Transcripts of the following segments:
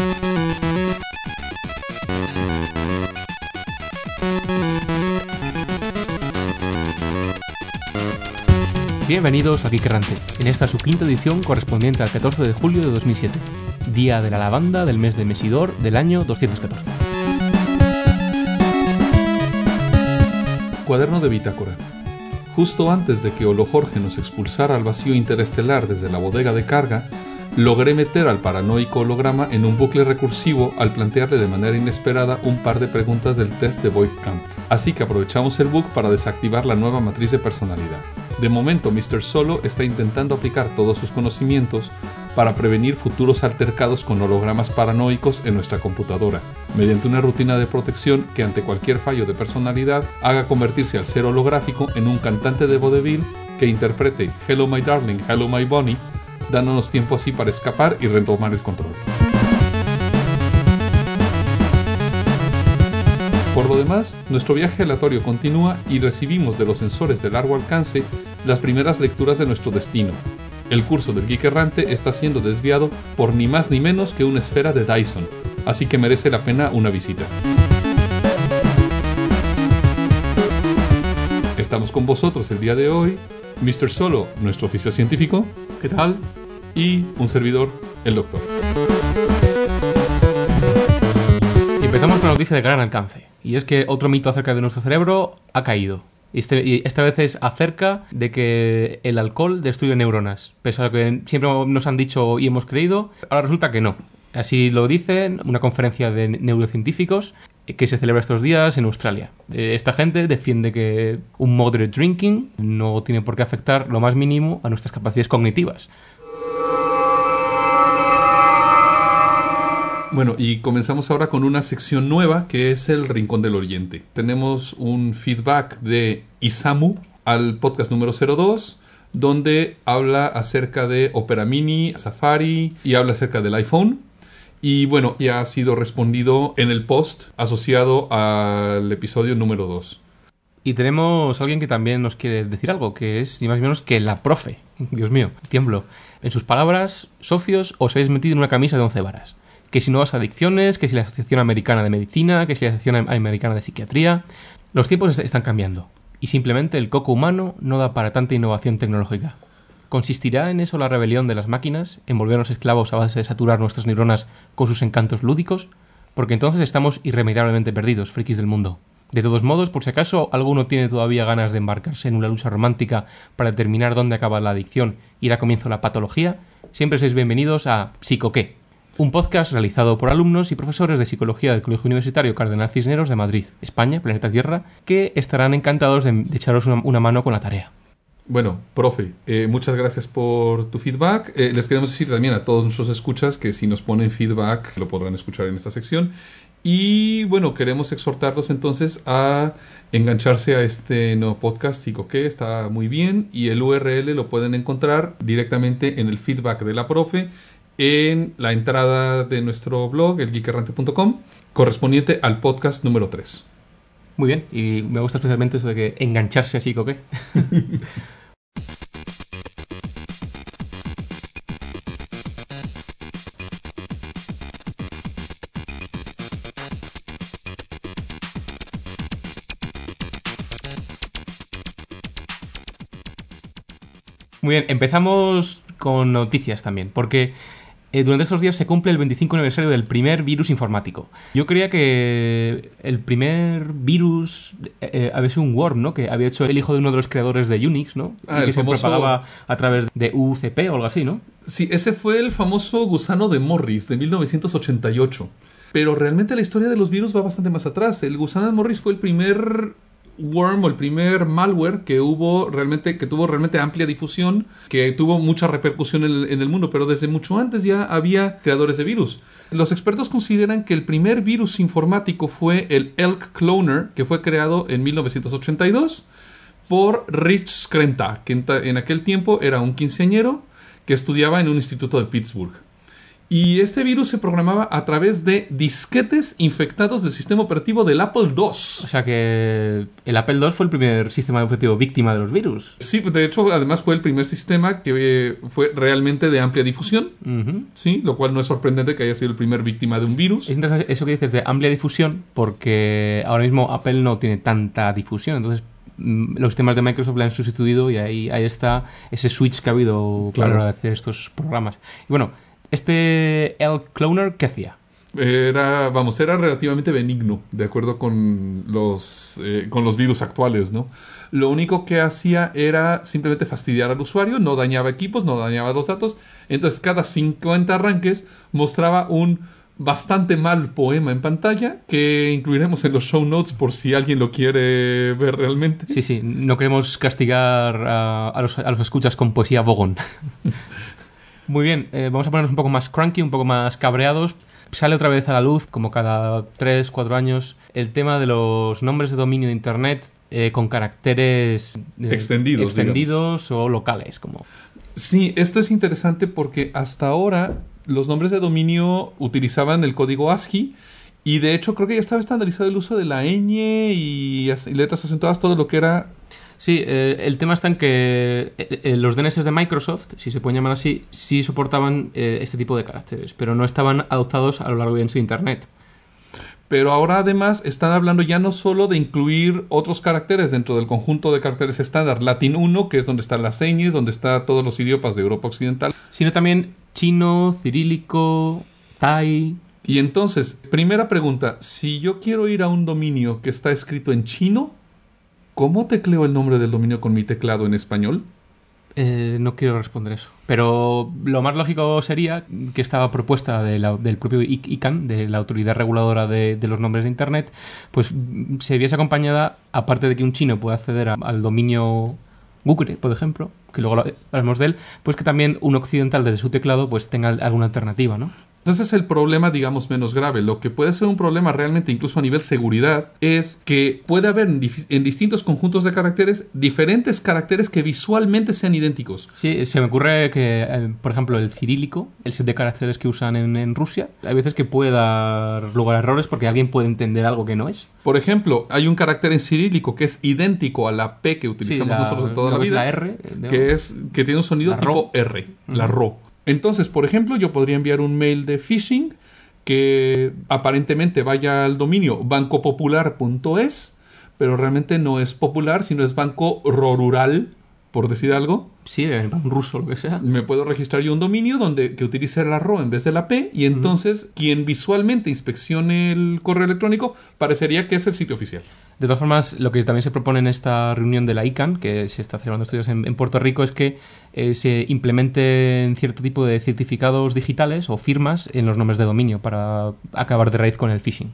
Bienvenidos a Geek Errante, en esta su quinta edición correspondiente al 14 de julio de 2007, día de la lavanda del mes de Mesidor del año 214. Cuaderno de bitácora. Justo antes de que Olojorge nos expulsara al vacío interestelar desde la bodega de carga, logré meter al paranoico holograma en un bucle recursivo al plantearle de manera inesperada un par de preguntas del test de Voigtkamp. Así que aprovechamos el bug para desactivar la nueva matriz de personalidad. De momento, Mr. Solo está intentando aplicar todos sus conocimientos para prevenir futuros altercados con hologramas paranoicos en nuestra computadora, mediante una rutina de protección que ante cualquier fallo de personalidad haga convertirse al ser holográfico en un cantante de vodevil que interprete Hello My Darling, Hello My Bonnie, dándonos tiempo así para escapar y retomar el control. Por lo demás, nuestro viaje aleatorio continúa y recibimos de los sensores de largo alcance las primeras lecturas de nuestro destino. El curso del Geek Errante está siendo desviado por ni más ni menos que una esfera de Dyson, así que merece la pena una visita. Estamos con vosotros el día de hoy, Mr. Solo, nuestro oficial científico, ¿qué tal? Y un servidor, el Doctor. Empezamos con la noticia de gran alcance, y es que otro mito acerca de nuestro cerebro ha caído. Y esta vez es acerca de que el alcohol destruye neuronas. Pese a lo que siempre nos han dicho y hemos creído, ahora resulta que no. Así lo dicen una conferencia de neurocientíficos que se celebra estos días en Australia. Esta gente defiende que un moderate drinking no tiene por qué afectar lo más mínimo a nuestras capacidades cognitivas. Bueno, y comenzamos ahora con una sección nueva que es el Rincón del Oriente. Tenemos un feedback de Isamu al podcast número 02, donde habla acerca de Opera Mini, Safari y habla acerca del iPhone. Y bueno, ya ha sido respondido en el post asociado al episodio número 2. Y tenemos a alguien que también nos quiere decir algo, que es ni más ni menos que la profe. Dios mío, tiemblo. En sus palabras, socios, os habéis metido en una camisa de 11 varas. Que si nuevas adicciones, que si la Asociación Americana de Medicina, que si la Asociación Americana de Psiquiatría. Los tiempos están cambiando, y simplemente el coco humano no da para tanta innovación tecnológica. ¿Consistirá en eso la rebelión de las máquinas, en volvernos esclavos a base de saturar nuestras neuronas con sus encantos lúdicos? Porque entonces estamos irremediablemente perdidos, frikis del mundo. De todos modos, por si acaso alguno tiene todavía ganas de embarcarse en una lucha romántica para determinar dónde acaba la adicción y da comienzo la patología, siempre sois bienvenidos a Psicoqué, un podcast realizado por alumnos y profesores de psicología del Colegio Universitario Cardenal Cisneros de Madrid, España, planeta Tierra, que estarán encantados de echaros una mano con la tarea. Bueno, profe, muchas gracias por tu feedback. Les queremos decir también a todos nuestros escuchas que si nos ponen feedback lo podrán escuchar en esta sección. Y bueno, queremos exhortarlos entonces a engancharse a este nuevo podcast Psicoqué, está muy bien. Y el URL lo pueden encontrar directamente en el feedback de la profe, en la entrada de nuestro blog, elgeekerrante.com, correspondiente al podcast número 3. Muy bien, y me gusta especialmente eso de que engancharse así, ¿qué? Muy bien, empezamos con noticias también, porque durante estos días se cumple el 25 aniversario del primer virus informático. Yo creía que el primer virus había sido un worm, ¿no? Que había hecho el hijo de uno de los creadores de Unix, ¿no? Ah, y que el famoso... se propagaba a través de UCP o algo así, ¿no? Sí, ese fue el famoso gusano de Morris de 1988. Pero realmente la historia de los virus va bastante más atrás. El gusano de Morris fue el primer worm o el primer malware que tuvo realmente amplia difusión, que tuvo mucha repercusión en el mundo, pero desde mucho antes ya había creadores de virus. Los expertos consideran que el primer virus informático fue el Elk Cloner, que fue creado en 1982 por Rich Skrenta, que en aquel tiempo era un quinceañero que estudiaba en un instituto de Pittsburgh. Y este virus se programaba a través de disquetes infectados del sistema operativo del Apple II. O sea que el Apple II fue el primer sistema operativo víctima de los virus. Sí, de hecho, además fue el primer sistema que fue realmente de amplia difusión. Sí, lo cual no es sorprendente que haya sido el primer víctima de un virus. Es interesante eso que dices de amplia difusión, porque ahora mismo Apple no tiene tanta difusión. Entonces, los sistemas de Microsoft le han sustituido y ahí está ese switch que ha habido para hacer estos programas. Y bueno, el cloner, ¿qué hacía? Era relativamente benigno, de acuerdo con los virus actuales, ¿no? Lo único que hacía era simplemente fastidiar al usuario, no dañaba equipos, no dañaba los datos. Entonces, cada 50 arranques mostraba un bastante mal poema en pantalla que incluiremos en los show notes por si alguien lo quiere ver realmente. Sí, no queremos castigar a los escuchas con poesía bogón. Muy bien, vamos a ponernos un poco más cranky, un poco más cabreados. Sale otra vez a la luz, como cada 3-4 años, el tema de los nombres de dominio de Internet con caracteres extendidos o locales. Sí, esto es interesante porque hasta ahora los nombres de dominio utilizaban el código ASCII y de hecho creo que ya estaba estandarizado el uso de la ñ y letras acentuadas, todo lo que era... Sí, el tema está en que los DNS de Microsoft, si se pueden llamar así, sí soportaban este tipo de caracteres, pero no estaban adoptados a lo largo y ancho de Internet. Pero ahora además están hablando ya no solo de incluir otros caracteres dentro del conjunto de caracteres estándar Latin 1, que es donde están las señas, donde están todos los idiomas de Europa Occidental, sino también chino, cirílico, thai... Y entonces, primera pregunta, si yo quiero ir a un dominio que está escrito en chino, ¿cómo tecleo el nombre del dominio con mi teclado en español? No quiero responder eso. Pero lo más lógico sería que esta propuesta del propio ICANN, de la autoridad reguladora de los nombres de Internet, pues se viese acompañada, aparte de que un chino pueda acceder al dominio Google, por ejemplo, que luego hablaremos de él, pues que también un occidental desde su teclado pues tenga alguna alternativa, ¿no? Entonces el problema, digamos, menos grave. Lo que puede ser un problema realmente incluso a nivel seguridad es que puede haber en distintos conjuntos de caracteres diferentes caracteres que visualmente sean idénticos. Sí, se me ocurre que, por ejemplo, el cirílico, el set de caracteres que usan en Rusia, hay veces que puede dar lugar a errores porque alguien puede entender algo que no es. Por ejemplo, hay un carácter en cirílico que es idéntico a la P que utilizamos nosotros de toda la vida. La R, que tiene un sonido tipo R, la RO. Entonces, por ejemplo, yo podría enviar un mail de phishing que aparentemente vaya al dominio bancopopular.es, pero realmente no es popular, sino es Banco Rural, por decir algo. Sí, un ruso, lo que sea. Me puedo registrar yo un dominio que utilice la RO en vez de la P, y entonces quien visualmente inspeccione el correo electrónico parecería que es el sitio oficial. De todas formas, lo que también se propone en esta reunión de la ICANN, que se está celebrando estudios en Puerto Rico, es que se implementen cierto tipo de certificados digitales o firmas en los nombres de dominio para acabar de raíz con el phishing.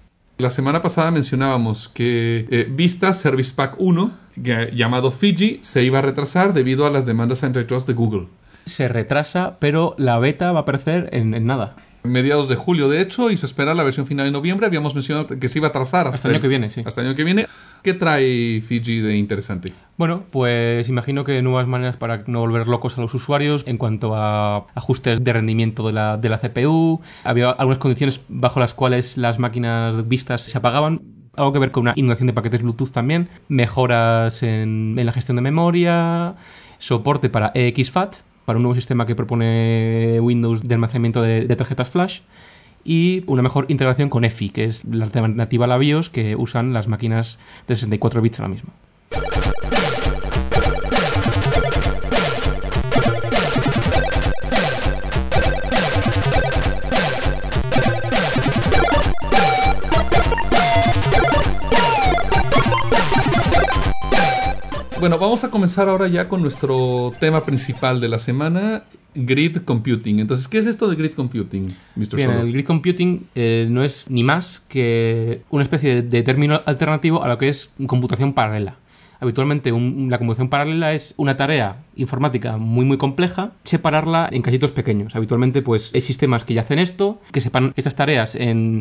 La semana pasada mencionábamos que Vista Service Pack 1, llamado Fiji, se iba a retrasar debido a las demandas antitrust de Google. Se retrasa, pero la beta va a aparecer en nada. Mediados de julio, de hecho, y se espera la versión final en noviembre. Habíamos mencionado que se iba a atrasar hasta el año que viene, sí. Hasta el año que viene. ¿Qué trae Fiji de interesante? Bueno, pues imagino que nuevas maneras para no volver locos a los usuarios en cuanto a ajustes de rendimiento de la CPU. Había algunas condiciones bajo las cuales las máquinas vistas se apagaban. Algo que ver con una inundación de paquetes Bluetooth también. Mejoras en la gestión de memoria. Soporte para EXFAT, para un nuevo sistema que propone Windows de almacenamiento de tarjetas flash, y una mejor integración con EFI, que es la alternativa a la BIOS que usan las máquinas de 64 bits ahora mismo. Bueno, vamos a comenzar ahora ya con nuestro tema principal de la semana, Grid Computing. Entonces, ¿qué es esto de Grid Computing, Mr. Bien, Solo? el Grid Computing no es ni más que una especie de término alternativo a lo que es computación paralela. Habitualmente la computación paralela es una tarea informática muy muy compleja, separarla en casitos pequeños. Habitualmente pues hay sistemas que ya hacen esto, que separan estas tareas en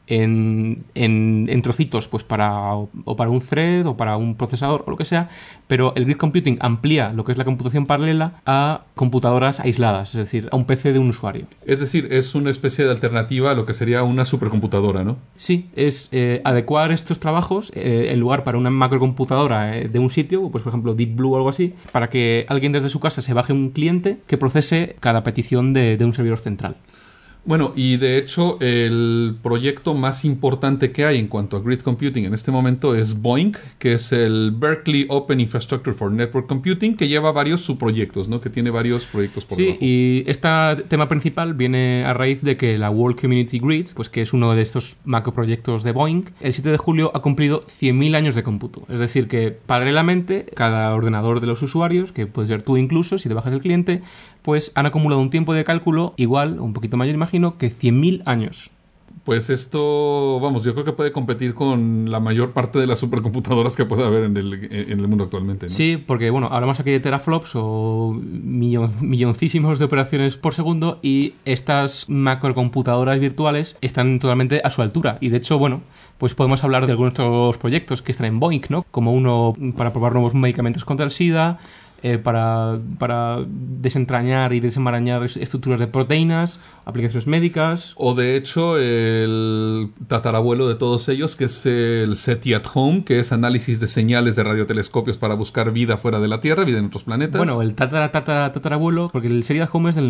en trocitos, pues para un thread o para un procesador o lo que sea, pero el grid computing amplía lo que es la computación paralela a computadoras aisladas, es decir, a un PC de un usuario. Es decir, es una especie de alternativa a lo que sería una supercomputadora, ¿no? Sí, es adecuar estos trabajos en lugar para una macrocomputadora de un sitio, pues por ejemplo Deep Blue o algo así, para que alguien desde su casa se baje un cliente que procese cada petición de un servidor central. Bueno, y de hecho el proyecto más importante que hay en cuanto a grid computing en este momento es BOINC, que es el Berkeley Open Infrastructure for Network Computing, que lleva varios subproyectos, ¿no? Que tiene varios proyectos por debajo. Sí, y este tema principal viene a raíz de que la World Community Grid, pues que es uno de estos macroproyectos de BOINC, el 7 de julio ha cumplido 100.000 años de cómputo. Es decir, que paralelamente cada ordenador de los usuarios, que puedes ser tú incluso, si te bajas el cliente, pues han acumulado un tiempo de cálculo igual, un poquito mayor imagino, que 100.000 años. Pues esto, vamos, yo creo que puede competir con la mayor parte de las supercomputadoras que puede haber en el mundo actualmente, ¿no? Sí, porque bueno, hablamos aquí de teraflops o milloncísimos de operaciones por segundo y estas macrocomputadoras virtuales están totalmente a su altura. Y de hecho, bueno, pues podemos hablar de algunos otros proyectos que están en BOINC, ¿no? Como uno para probar nuevos medicamentos contra el SIDA, para desentrañar y desenmarañar estructuras de proteínas, aplicaciones médicas. O de hecho el tatarabuelo de todos ellos, que es el SETI at Home, que es análisis de señales de radiotelescopios para buscar vida fuera de la Tierra, vida en otros planetas. Bueno, el tatarabuelo, porque el SETI at Home es del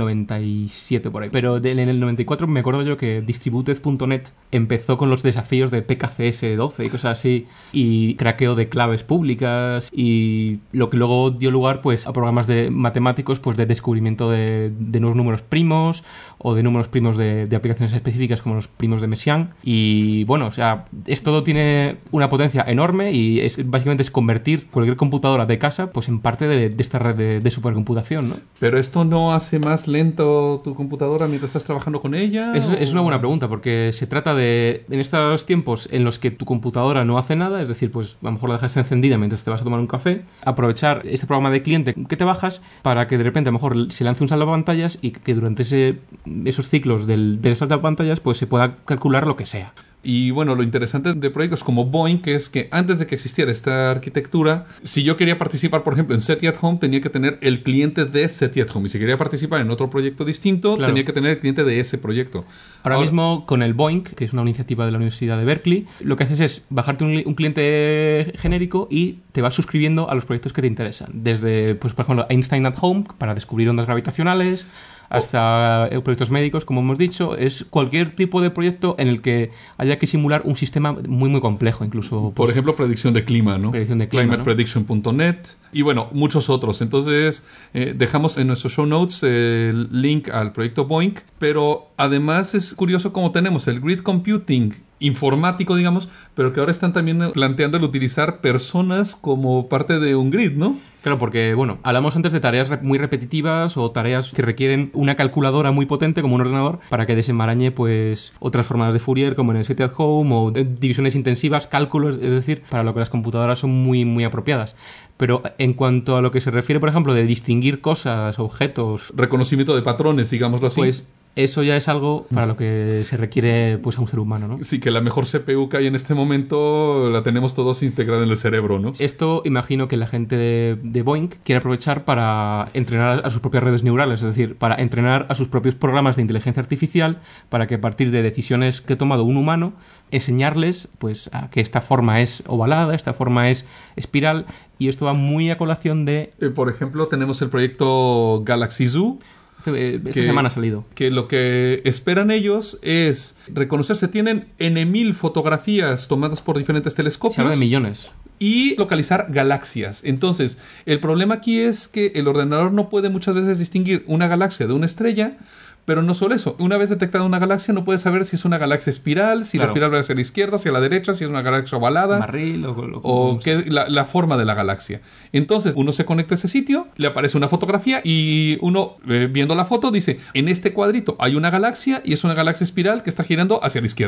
97 por ahí, pero en el 94 me acuerdo yo que Distributed.net empezó con los desafíos de PKCS-12 y cosas así, y craqueo de claves públicas, y lo que luego dio lugar pues a programas de matemáticos pues de descubrimiento de nuevos números primos o de números primos de aplicaciones específicas como los primos de Messiaen. Y bueno, o sea, todo tiene una potencia enorme y básicamente es convertir cualquier computadora de casa pues en parte de esta red de supercomputación, ¿no? ¿Pero esto no hace más lento tu computadora mientras estás trabajando con ella? Es una buena pregunta, porque se trata de, en estos tiempos en los que tu computadora no hace nada, es decir, pues a lo mejor la dejas encendida mientras te vas a tomar un café, aprovechar este programa de cliente que te bajas para que de repente a lo mejor se lance un salvapantallas y que durante esos ciclos del salvapantallas pues se pueda calcular lo que sea. Y bueno, lo interesante de proyectos como BOINC es que antes de que existiera esta arquitectura, si yo quería participar, por ejemplo, en SETI at Home, tenía que tener el cliente de SETI at Home. Y si quería participar en otro proyecto distinto, claro, tenía que tener el cliente de ese proyecto. Ahora mismo, con el BOINC, que es una iniciativa de la Universidad de Berkeley, lo que haces es bajarte un cliente genérico y te vas suscribiendo a los proyectos que te interesan. Desde, pues por ejemplo, Einstein at Home, para descubrir ondas gravitacionales, hasta proyectos médicos, como hemos dicho. Es cualquier tipo de proyecto en el que haya que simular un sistema muy muy complejo, incluso por ejemplo predicción de clima, ¿no? Predicción de clima, climateprediction.net, y bueno, muchos otros. Entonces dejamos en nuestros show notes el link al proyecto BOINC, pero además es curioso cómo tenemos el grid computing informático, digamos, pero que ahora están también planteando el utilizar personas como parte de un grid, ¿no? Claro, porque, bueno, hablamos antes de tareas muy repetitivas o tareas que requieren una calculadora muy potente como un ordenador para que desenmarañe, pues, otras formas de Fourier como en el SETI at Home o divisiones intensivas, cálculos, es decir, para lo que las computadoras son muy, muy apropiadas. Pero en cuanto a lo que se refiere, por ejemplo, de distinguir cosas, objetos... reconocimiento de patrones, digámoslo así. Pues eso ya es algo para lo que se requiere pues a un ser humano, ¿no? Sí, que la mejor CPU que hay en este momento la tenemos todos integrada en el cerebro, ¿no? Esto imagino que la gente de BOINC quiere aprovechar para entrenar a sus propias redes neurales, es decir, para entrenar a sus propios programas de inteligencia artificial para que a partir de decisiones que ha tomado un humano, enseñarles pues a que esta forma es ovalada, esta forma es espiral, y esto va muy a colación de... por ejemplo, tenemos el proyecto Galaxy Zoo. Esta semana ha salido. Que lo que esperan ellos es reconocerse. Tienen N.000 fotografías tomadas por diferentes telescopios. Se habla de millones. Y localizar galaxias. Entonces, el problema aquí es que el ordenador no puede muchas veces distinguir una galaxia de una estrella. Pero no solo eso, una vez detectada una galaxia no puedes saber si es una galaxia espiral, si la espiral va hacia la izquierda, hacia la derecha, si es una galaxia ovalada, barril o la forma de la galaxia. Entonces uno se conecta a ese sitio, le aparece una fotografía y uno viendo la foto dice, en este cuadrito hay una galaxia y es una galaxia espiral que está girando hacia la izquierda.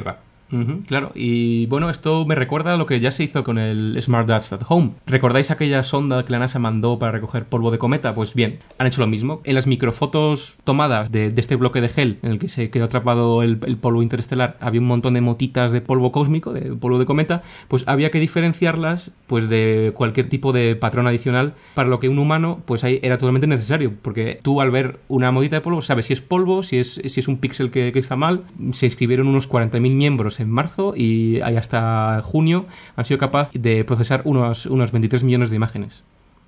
Claro, y bueno, esto me recuerda a lo que ya se hizo con el Smart Dust at Home. ¿Recordáis aquella sonda que la NASA mandó para recoger polvo de cometa? Pues bien, han hecho lo mismo. En las microfotos tomadas de este bloque de gel en el que se quedó atrapado el polvo interestelar, había un montón de motitas de polvo cósmico, de polvo de cometa, pues había que diferenciarlas pues de cualquier tipo de patrón adicional, para lo que un humano pues ahí era totalmente necesario, porque tú al ver una motita de polvo sabes si es polvo, si es un píxel que está mal. Se inscribieron unos 40.000 miembros en marzo y hasta junio han sido capaces de procesar unos 23 millones de imágenes.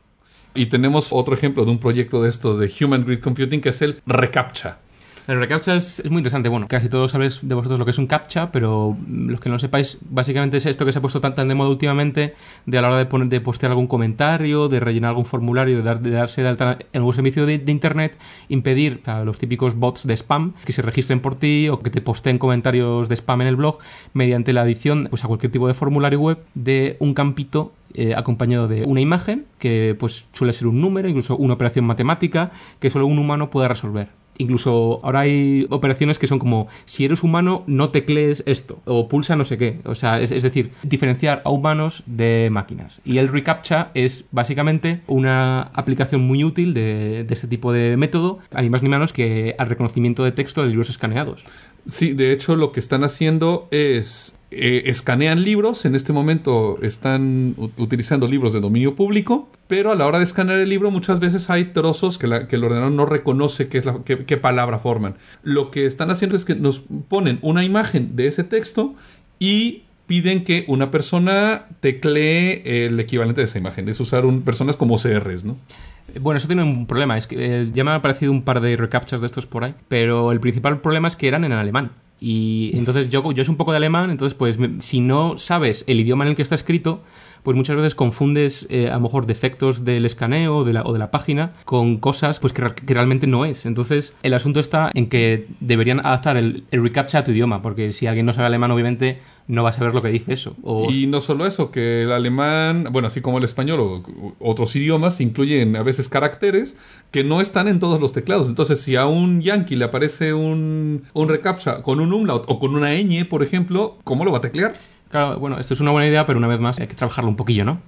Y tenemos otro ejemplo de un proyecto de estos de Human Grid Computing, que es el reCAPTCHA. El reCAPTCHA es muy interesante. Bueno, casi todos sabéis de vosotros lo que es un CAPTCHA, pero los que no lo sepáis, básicamente es esto que se ha puesto tan de moda últimamente, de a la hora de postear algún comentario, de rellenar algún formulario, de darse de alta en algún servicio de internet, impedir a los típicos bots de spam que se registren por ti o que te posteen comentarios de spam en el blog, mediante la adición pues a cualquier tipo de formulario web de un campito acompañado de una imagen que pues suele ser un número, incluso una operación matemática que solo un humano pueda resolver. Incluso ahora hay operaciones que son como, si eres humano, no teclees esto, o pulsa no sé qué. O sea, es decir, diferenciar a humanos de máquinas. Y el reCAPTCHA es básicamente una aplicación muy útil de este tipo de método, ni más ni menos que al reconocimiento de texto de libros escaneados. Sí, de hecho lo que están haciendo es escanean libros. En este momento están utilizando libros de dominio público, pero a la hora de escanear el libro muchas veces hay trozos que el ordenador no reconoce qué palabra forman. Lo que están haciendo es que nos ponen una imagen de ese texto y piden que una persona teclee el equivalente de esa imagen. Es usar personas como OCRs, ¿no? Bueno, eso tiene un problema. Es que ya me han aparecido un par de reCAPTCHAs de estos por ahí, pero el principal problema es que eran en alemán. Y entonces yo soy un poco de alemán, entonces pues si no sabes el idioma en el que está escrito, pues muchas veces confundes a lo mejor defectos del escaneo o de la página con cosas pues que realmente no es. Entonces el asunto está en que deberían adaptar el reCAPTCHA a tu idioma, porque si alguien no sabe alemán, obviamente no va a saber lo que dice eso. Y no solo eso, que el alemán, bueno, así como el español o otros idiomas, incluyen a veces caracteres que no están en todos los teclados. Entonces, si a un yankee le aparece un reCAPTCHA con un umlaut o con una ñ, por ejemplo, ¿cómo lo va a teclear? Claro, bueno, esto es una buena idea, pero una vez más hay que trabajarlo un poquillo, ¿no?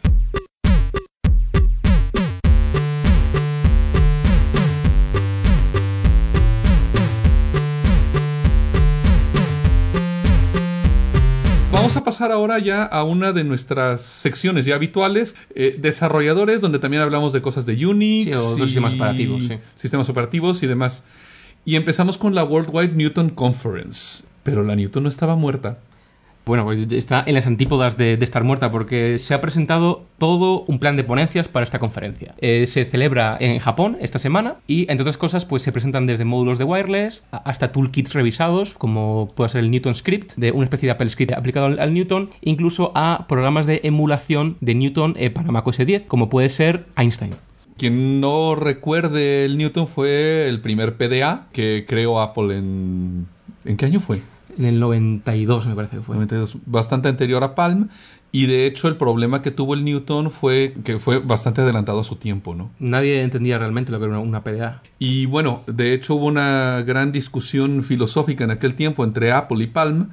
Vamos a pasar ahora ya a una de nuestras secciones ya habituales, desarrolladores, donde también hablamos de cosas de Unix. Sí, o de sistemas operativos, sí. Sistemas operativos y demás. Y empezamos con la Worldwide Newton Conference. Pero la Newton no estaba muerta. Bueno, pues está en las antípodas de estar muerta, porque se ha presentado todo un plan de ponencias para esta conferencia. Se celebra en Japón esta semana y, entre otras cosas, pues se presentan desde módulos de wireless hasta toolkits revisados, como puede ser el Newton Script, de una especie de Apple Script aplicado al Newton, incluso a programas de emulación de Newton para macOS 10, como puede ser Einstein. Quien no recuerde el Newton fue el primer PDA que creó Apple ¿En qué año fue? En el 92 me parece que fue. 92, bastante anterior a Palm. Y de hecho el problema que tuvo el Newton fue que fue bastante adelantado a su tiempo, ¿no? Nadie entendía realmente lo que era una PDA. Y bueno, de hecho hubo una gran discusión filosófica en aquel tiempo entre Apple y Palm,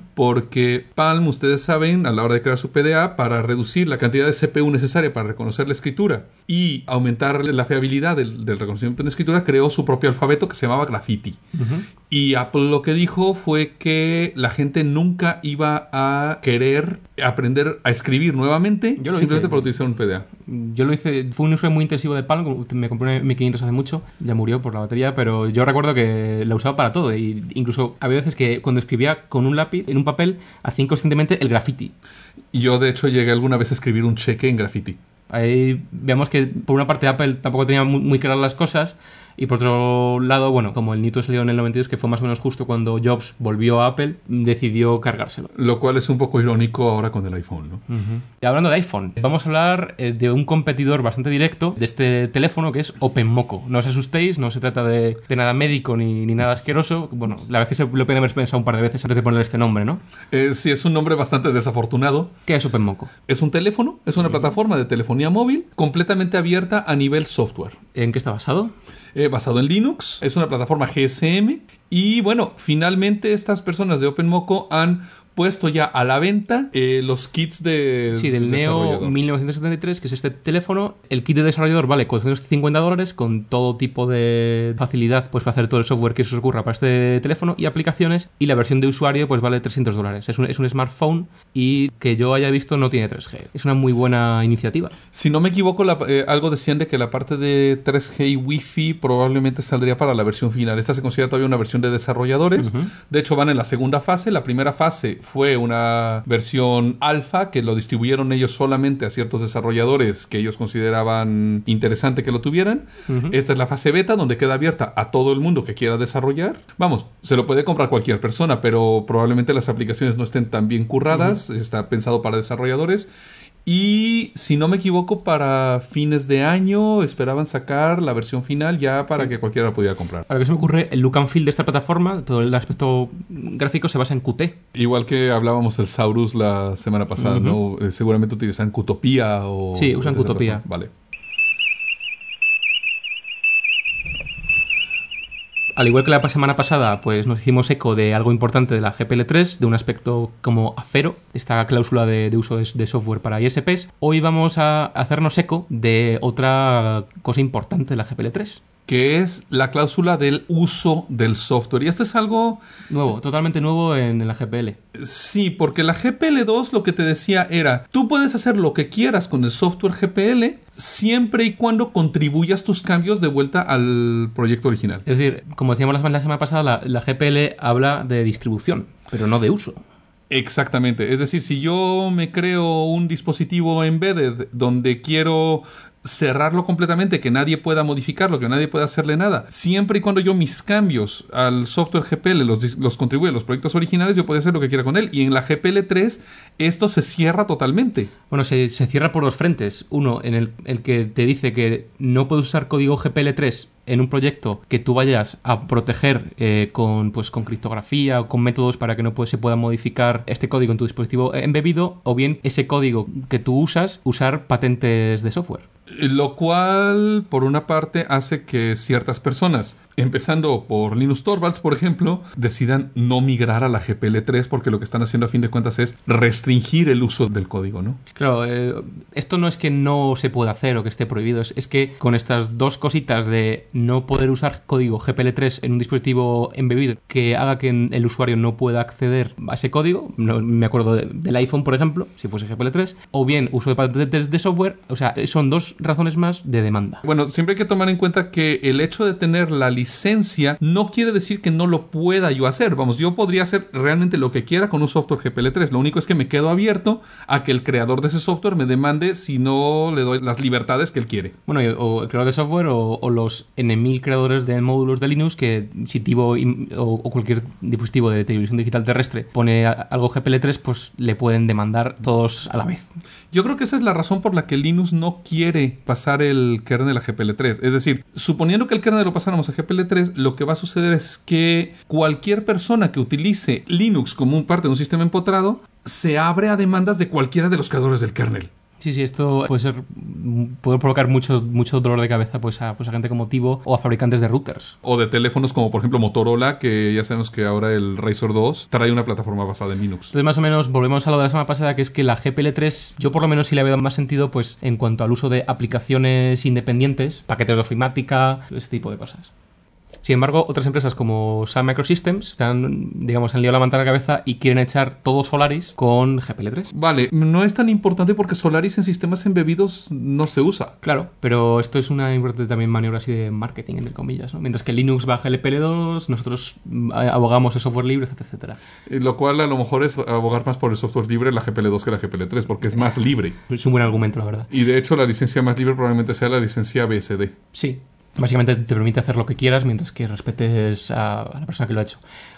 porque Palm, ustedes saben, a la hora de crear su PDA, para reducir la cantidad de CPU necesaria para reconocer la escritura y aumentar la fiabilidad del reconocimiento de la escritura, creó su propio alfabeto que se llamaba Graffiti. Y Apple lo que dijo fue que la gente nunca iba a querer aprender a escribir nuevamente simplemente por utilizar un PDA. Yo lo hice, fue un uso muy intensivo de Palm, me compré un 1500 hace mucho, ya murió por la batería, pero yo recuerdo que la usaba para todo, y incluso había veces que cuando escribía con un lápiz en un papel hacía inconscientemente el graffiti. Y yo de hecho llegué alguna vez a escribir un cheque en graffiti. Ahí vemos que por una parte Apple tampoco tenía muy claras las cosas, y por otro lado, bueno, como el Newton salió en el 92, que fue más o menos justo cuando Jobs volvió a Apple, decidió cargárselo. Lo cual es un poco irónico ahora con el iPhone, ¿no? Y hablando de iPhone, vamos a hablar de un competidor bastante directo de este teléfono, que es OpenMoko. No os asustéis, no se trata de nada médico ni nada asqueroso. Bueno, la verdad es que se lo pueden haber pensado un par de veces antes de ponerle este nombre, ¿no? Sí, es un nombre bastante desafortunado. ¿Qué es OpenMoko? Es un teléfono, es una plataforma de telefonía móvil completamente abierta a nivel software. ¿En qué está basado? Basado en Linux, es una plataforma GSM Y bueno, finalmente estas personas de OpenMoko han puesto ya a la venta los kits del Neo 1973, que es este teléfono. El kit de desarrollador vale $450 con todo tipo de facilidad pues para hacer todo el software que se os ocurra para este teléfono y aplicaciones, y la versión de usuario pues vale $300. Es un smartphone y que yo haya visto no tiene 3G. Es una muy buena iniciativa. Si no me equivoco, algo decían de que la parte de 3G y Wi-Fi probablemente saldría para la versión final. Esta se considera todavía una versión de desarrolladores. De hecho, van en la segunda fase. La primera fase fue una versión alfa que lo distribuyeron ellos solamente a ciertos desarrolladores que ellos consideraban interesante que lo tuvieran. Esta es la fase beta, donde queda abierta a todo el mundo que quiera desarrollar. Vamos, se lo puede comprar cualquier persona, pero probablemente las aplicaciones no estén tan bien curradas. Está pensado para desarrolladores. Y, si no me equivoco, para fines de año esperaban sacar la versión final ya para que cualquiera la pudiera comprar. Ahora que se me ocurre, el look and feel de esta plataforma, todo el aspecto gráfico se basa en Qt. Igual que hablábamos del Saurus la semana pasada, ¿no? Seguramente utilizan Qtopia o... Sí, usan Qtopia. Vale. Al igual que la semana pasada, pues nos hicimos eco de algo importante de la GPL3, de un aspecto como Afero, esta cláusula de uso de software para ISPs. Hoy vamos a hacernos eco de otra cosa importante de la GPL3. Que es la cláusula del uso del software. Y esto es algo... nuevo, totalmente nuevo en la GPL. Sí, porque la GPL2 lo que te decía era, tú puedes hacer lo que quieras con el software GPL siempre y cuando contribuyas tus cambios de vuelta al proyecto original. Es decir, como decíamos la semana pasada, la GPL habla de distribución, pero no de uso. Exactamente. Es decir, si yo me creo un dispositivo embedded donde quiero cerrarlo completamente, que nadie pueda modificarlo, que nadie pueda hacerle nada, siempre y cuando yo mis cambios al software GPL los contribuye a los proyectos originales, yo puedo hacer lo que quiera con él. Y en la GPL3 esto se cierra totalmente. Bueno, se cierra por dos frentes. Uno, en el que te dice que no puedes usar código GPL3 en un proyecto que tú vayas a proteger con criptografía o con métodos para que no se pueda modificar este código en tu dispositivo embebido, o bien ese código que tú usar patentes de software. Lo cual, por una parte, hace que ciertas personas, empezando por Linus Torvalds, por ejemplo, decidan no migrar a la GPL3 porque lo que están haciendo a fin de cuentas es restringir el uso del código, ¿no? Claro, esto no es que no se pueda hacer o que esté prohibido, es que con estas dos cositas de no poder usar código GPL3 en un dispositivo embebido que haga que el usuario no pueda acceder a ese código, no, me acuerdo del iPhone, por ejemplo, si fuese GPL3, o bien uso de patentes de software, o sea, son dos razones más de demanda. Bueno, siempre hay que tomar en cuenta que el hecho de tener la licencia no quiere decir que no lo pueda yo hacer. Vamos, yo podría hacer realmente lo que quiera con un software GPL3. Lo único es que me quedo abierto a que el creador de ese software me demande si no le doy las libertades que él quiere. Bueno, o el creador de software o los N1000 creadores de módulos de Linux que si Tivo o cualquier dispositivo de televisión digital terrestre pone algo GPL3, pues le pueden demandar todos a la vez. Yo creo que esa es la razón por la que Linux no quiere pasar el kernel a GPL3. Es decir, suponiendo que el kernel lo pasáramos a GPL3, lo que va a suceder es que cualquier persona que utilice Linux como parte de un sistema empotrado se abre a demandas de cualquiera de los creadores del kernel. Sí, esto puede provocar mucho dolor de cabeza pues a gente como Tivo o a fabricantes de routers. O de teléfonos como por ejemplo Motorola, que ya sabemos que ahora el Razr 2 trae una plataforma basada en Linux. Entonces más o menos volvemos a lo de la semana pasada, que es que la GPL3 yo por lo menos sí le veo más sentido pues en cuanto al uso de aplicaciones independientes, paquetes de ofimática, ese tipo de cosas. Sin embargo, otras empresas como Sun Microsystems han liado la manta a la cabeza y quieren echar todo Solaris con GPL3. Vale, no es tan importante porque Solaris en sistemas embebidos no se usa. Claro, pero esto es una importante también maniobra así de marketing, entre comillas, ¿no? Mientras que Linux va a GPL2, nosotros abogamos el software libre, etcétera. Lo cual a lo mejor es abogar más por el software libre la GPL2 que la GPL3, porque es más libre. Es un buen argumento, la verdad. Y de hecho la licencia más libre probablemente sea la licencia BSD. Sí. Básicamente te permite hacer lo que quieras mientras que respetes a la persona que lo ha hecho.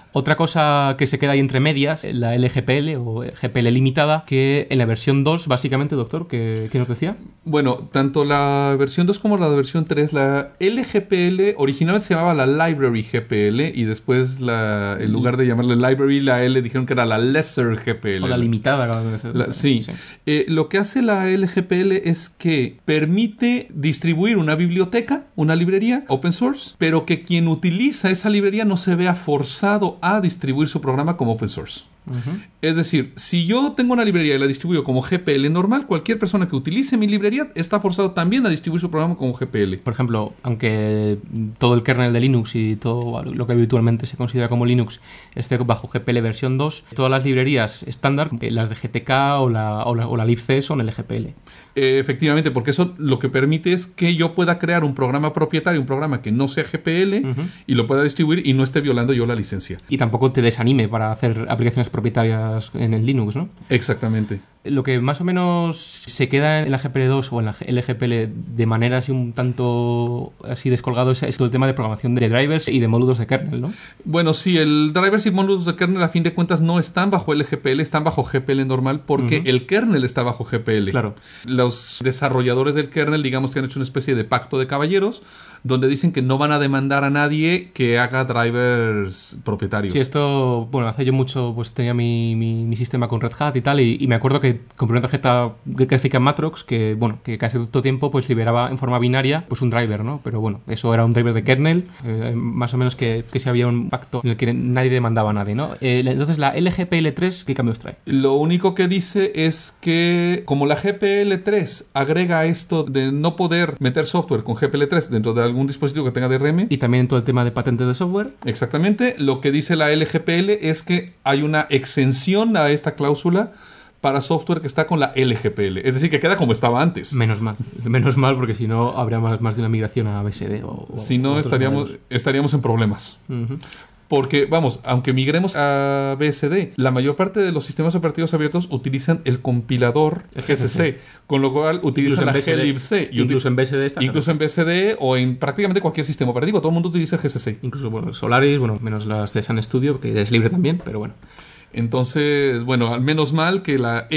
Otra cosa que se queda ahí entre medias, la LGPL o GPL limitada, que en la versión 2, básicamente, doctor, ¿qué nos decía? Bueno, tanto la versión 2 como la versión 3, la LGPL originalmente se llamaba la Library GPL y después en lugar de llamarle Library, la L dijeron que era la Lesser GPL. O la limitada. Sí. Lo que hace la LGPL es que permite distribuir una biblioteca, una librería open source, pero que quien utiliza esa librería no se vea forzado a distribuir su programa como open source. Uh-huh. Es decir, si yo tengo una librería y la distribuyo como GPL normal, cualquier persona que utilice mi librería está forzado también a distribuir su programa como GPL. Por ejemplo, aunque todo el kernel de Linux y todo lo que habitualmente se considera como Linux esté bajo GPL versión 2, todas las librerías estándar, las de GTK o la libc son LGPL. Efectivamente, porque eso lo que permite es que yo pueda crear un programa propietario, un programa que no sea GPL, uh-huh, y lo pueda distribuir y no esté violando yo la licencia. Y tampoco te desanime para hacer aplicaciones propietarias en el Linux, ¿no? Exactamente. Lo que más o menos se queda en la GPL2 o en la LGPL de manera así un tanto así descolgado es todo el tema de programación de drivers y de módulos de kernel, ¿no? Bueno, sí, el drivers y módulos de kernel a fin de cuentas no están bajo LGPL, están bajo GPL normal porque uh-huh, el kernel está bajo GPL. Claro. Los desarrolladores del kernel, digamos que han hecho una especie de pacto de caballeros donde dicen que no van a demandar a nadie que haga drivers propietarios. Sí, esto, bueno, hace yo mucho pues tenía mi sistema con Red Hat y tal, y me acuerdo que compré una tarjeta gráfica Matrox que, bueno, que casi todo tiempo pues liberaba en forma binaria pues un driver, ¿no? Pero bueno, eso era un driver de kernel, más o menos que si había un pacto en el que nadie demandaba a nadie, ¿no? Entonces la LGPL3, ¿qué cambios trae? Lo único que dice es que como la GPL3 agrega esto de no poder meter software con GPL3 dentro de algún dispositivo que tenga DRM. Y también todo el tema de patentes de software. Exactamente. Lo que dice la LGPL es que hay una exención a esta cláusula para software que está con la LGPL. Es decir, que queda como estaba antes. Menos mal, porque si no habría más de una migración a BSD. Si no, estaríamos en problemas. Uh-huh. Porque, vamos, aunque migremos a BSD, la mayor parte de los sistemas operativos abiertos utilizan el compilador GCC, con lo cual utilizan la glibc. Incluso en BSD está. Incluso en BSD o en prácticamente cualquier sistema operativo. Todo el mundo utiliza el GCC. Incluso, bueno, Solaris, bueno, menos las de Sun Studio, que es libre también, pero bueno. Entonces, bueno, al menos mal que la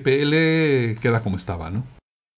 LGPL queda como estaba, ¿no?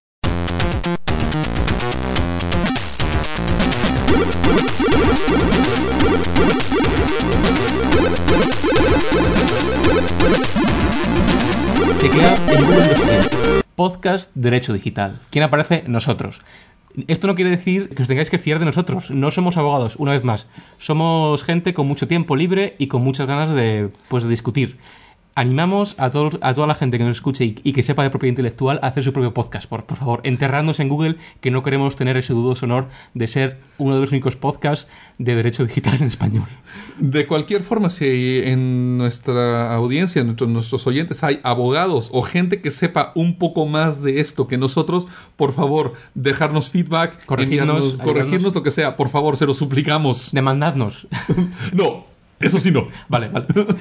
Se queda en Google Podcast Derecho Digital. ¿Quién aparece? Nosotros. Esto no quiere decir que os tengáis que fiar de nosotros. No somos abogados, una vez más. Somos gente con mucho tiempo libre y con muchas ganas de discutir. Animamos a toda la gente que nos escuche y que sepa de propiedad intelectual a hacer su propio podcast. Por favor, enterradnos en Google, que no queremos tener ese dudoso honor de ser uno de los únicos podcasts de derecho digital en español. De cualquier forma, si en nuestra audiencia, nuestros oyentes, hay abogados o gente que sepa un poco más de esto que nosotros, por favor, dejarnos feedback, corregirnos lo que sea. Por favor, se lo suplicamos. Demandadnos. No, eso sí no. Vale.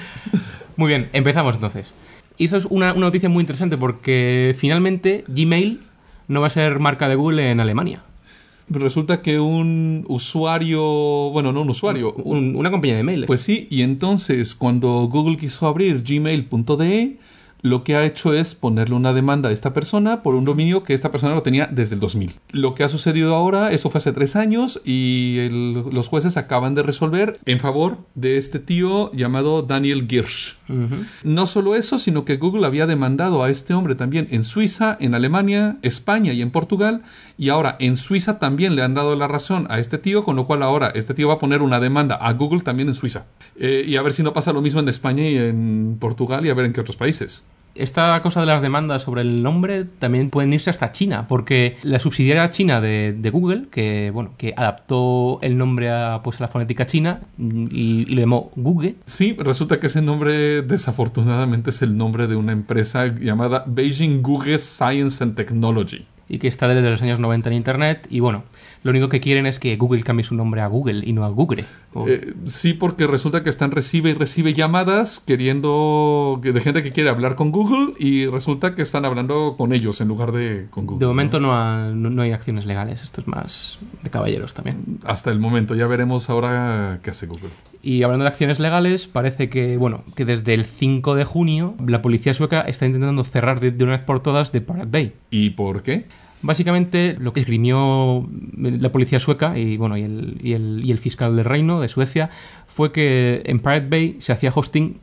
Muy bien, empezamos entonces. Y eso es una noticia muy interesante porque finalmente Gmail no va a ser marca de Google en Alemania. Pero resulta que un usuario... Bueno, no un usuario. Una compañía de mail. Pues sí, y entonces cuando Google quiso abrir gmail.de, lo que ha hecho es ponerle una demanda a esta persona por un dominio que esta persona lo tenía desde el 2000. Lo que ha sucedido ahora, eso fue hace 3 años y los jueces acaban de resolver en favor de este tío llamado Daniel Girsch. Uh-huh. No solo eso, sino que Google había demandado a este hombre también en Suiza, en Alemania, España y en Portugal, y ahora en Suiza también le han dado la razón a este tío, con lo cual ahora este tío va a poner una demanda a Google también en Suiza. Y a ver si no pasa lo mismo en España y en Portugal y a ver en qué otros países. Esta cosa de las demandas sobre el nombre también pueden irse hasta China, porque la subsidiaria china de Google, que adaptó el nombre a la fonética china y lo llamó Google. Sí, resulta que ese nombre desafortunadamente es el nombre de una empresa llamada Beijing Google Science and Technology. Y que está desde los años 90 en Internet. Y bueno, lo único que quieren es que Google cambie su nombre a Google y no a Google. Sí, porque resulta que están recibe y recibe llamadas de gente que quiere hablar con Google y resulta que están hablando con ellos en lugar de con Google. De momento no hay acciones legales, esto es más de caballeros también. Hasta el momento, ya veremos ahora qué hace Google. Y hablando de acciones legales, parece que desde el 5 de junio la policía sueca está intentando cerrar de una vez por todas The Pirate Bay. ¿Y por qué? Básicamente lo que esgrimió la policía sueca y el fiscal del reino de Suecia fue que en Pirate Bay se hacía hosting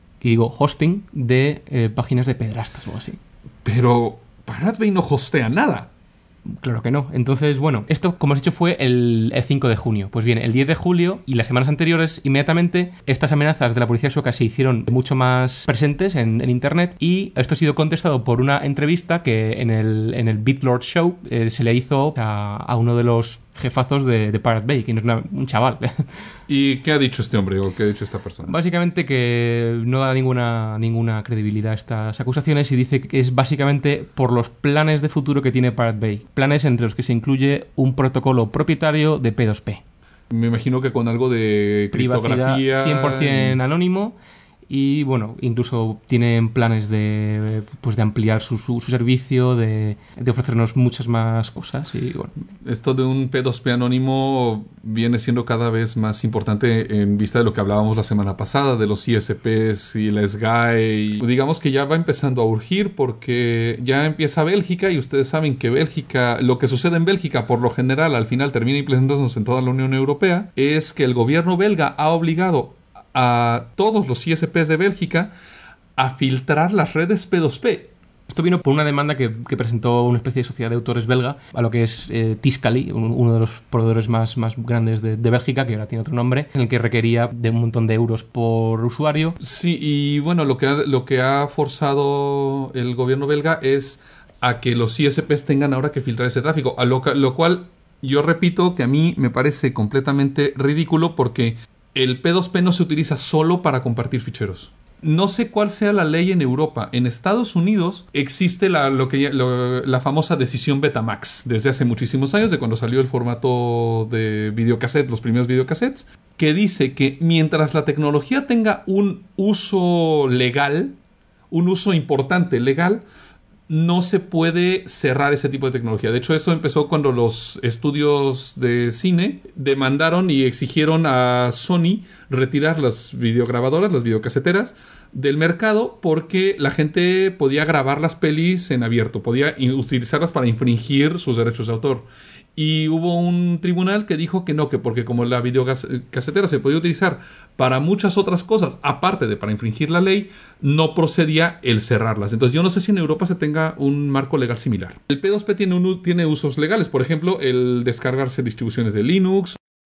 de páginas de pederastas o algo así. Pero Pirate Bay no hostea nada. Claro que no. Entonces, esto, como has dicho, fue el 5 de junio. Pues bien, el 10 de julio y las semanas anteriores, inmediatamente, estas amenazas de la policía sueca se hicieron mucho más presentes en Internet y esto ha sido contestado por una entrevista que en el BitLord Show se le hizo a uno de los jefazos de Pirate Bay, que no es un chaval. ¿Y qué ha dicho este hombre o qué ha dicho esta persona? Básicamente que no da ninguna credibilidad a estas acusaciones y dice que es básicamente por los planes de futuro que tiene Pirate Bay. Planes entre los que se incluye un protocolo propietario de P2P. Me imagino que con algo de criptografía... Privacidad 100% anónimo. Y incluso tienen planes de ampliar su servicio, de ofrecernos muchas más cosas. Y esto de un P2P anónimo viene siendo cada vez más importante en vista de lo que hablábamos la semana pasada, de los ISPs y la SGAE. Digamos que ya va empezando a urgir porque ya empieza Bélgica y ustedes saben que lo que sucede en Bélgica por lo general al final termina implementándose en toda la Unión Europea, es que el gobierno belga ha obligado a todos los ISPs de Bélgica a filtrar las redes P2P. Esto vino por una demanda que presentó una especie de sociedad de autores belga a lo que es Tiscali, uno de los proveedores más grandes de Bélgica, que ahora tiene otro nombre, en el que requería de un montón de euros por usuario. Sí, y lo que ha forzado el gobierno belga es a que los ISPs tengan ahora que filtrar ese tráfico, a lo cual yo repito que a mí me parece completamente ridículo porque el P2P no se utiliza solo para compartir ficheros. No sé cuál sea la ley en Europa. En Estados Unidos existe la famosa decisión Betamax desde hace muchísimos años, de cuando salió el formato de videocassette, los primeros videocassettes, que dice que mientras la tecnología tenga un uso legal, un uso importante legal, no se puede cerrar ese tipo de tecnología. De hecho, eso empezó cuando los estudios de cine demandaron y exigieron a Sony retirar las videograbadoras, las videocaseteras, del mercado porque la gente podía grabar las pelis en abierto, podía utilizarlas para infringir sus derechos de autor. Y hubo un tribunal que dijo que no, que porque como la videocasetera se podía utilizar para muchas otras cosas, aparte de para infringir la ley, no procedía el cerrarlas. Entonces yo no sé si en Europa se tenga un marco legal similar. El P2P tiene usos legales, por ejemplo, el descargarse distribuciones de Linux.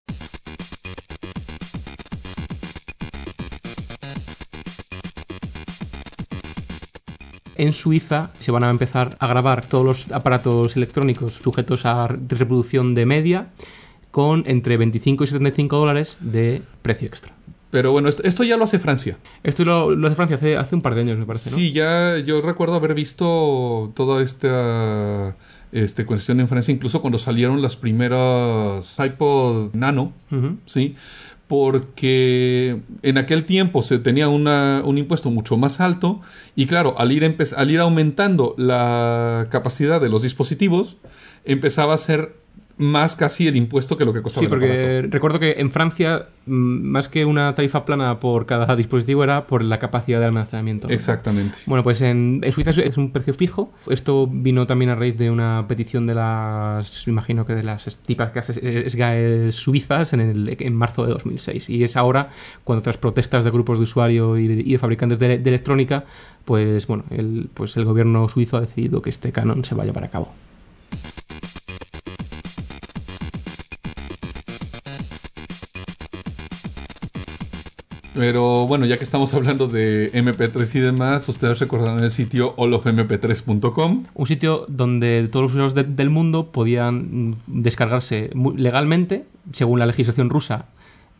En Suiza se van a empezar a grabar todos los aparatos electrónicos sujetos a reproducción de media con entre 25 y 75 dólares de precio extra. Pero bueno, esto ya lo hace Francia. Esto lo hace Francia hace un par de años, me parece, ¿no? Sí, ya yo recuerdo haber visto toda esta cuestión en Francia, incluso cuando salieron las primeras iPod Nano, ¿sí? Porque en aquel tiempo se tenía un impuesto mucho más alto y claro, al ir aumentando la capacidad de los dispositivos, empezaba a ser más casi el impuesto que lo que costaba. Sí, porque recuerdo que en Francia, más que una tarifa plana por cada dispositivo, era por la capacidad de almacenamiento, ¿no? Exactamente. Bueno, pues en Suiza es un precio fijo. Esto vino también a raíz de una petición de imagino que de las típicas SGAE suizas en marzo de 2006. Y es ahora cuando tras protestas de grupos de usuario y de fabricantes de electrónica, pues bueno, el gobierno suizo ha decidido que este canon se vaya para cabo. Pero bueno, ya que estamos hablando de MP3 y demás, ustedes recordarán el sitio allofmp3.com. Un sitio donde todos los usuarios del mundo podían descargarse legalmente, según la legislación rusa,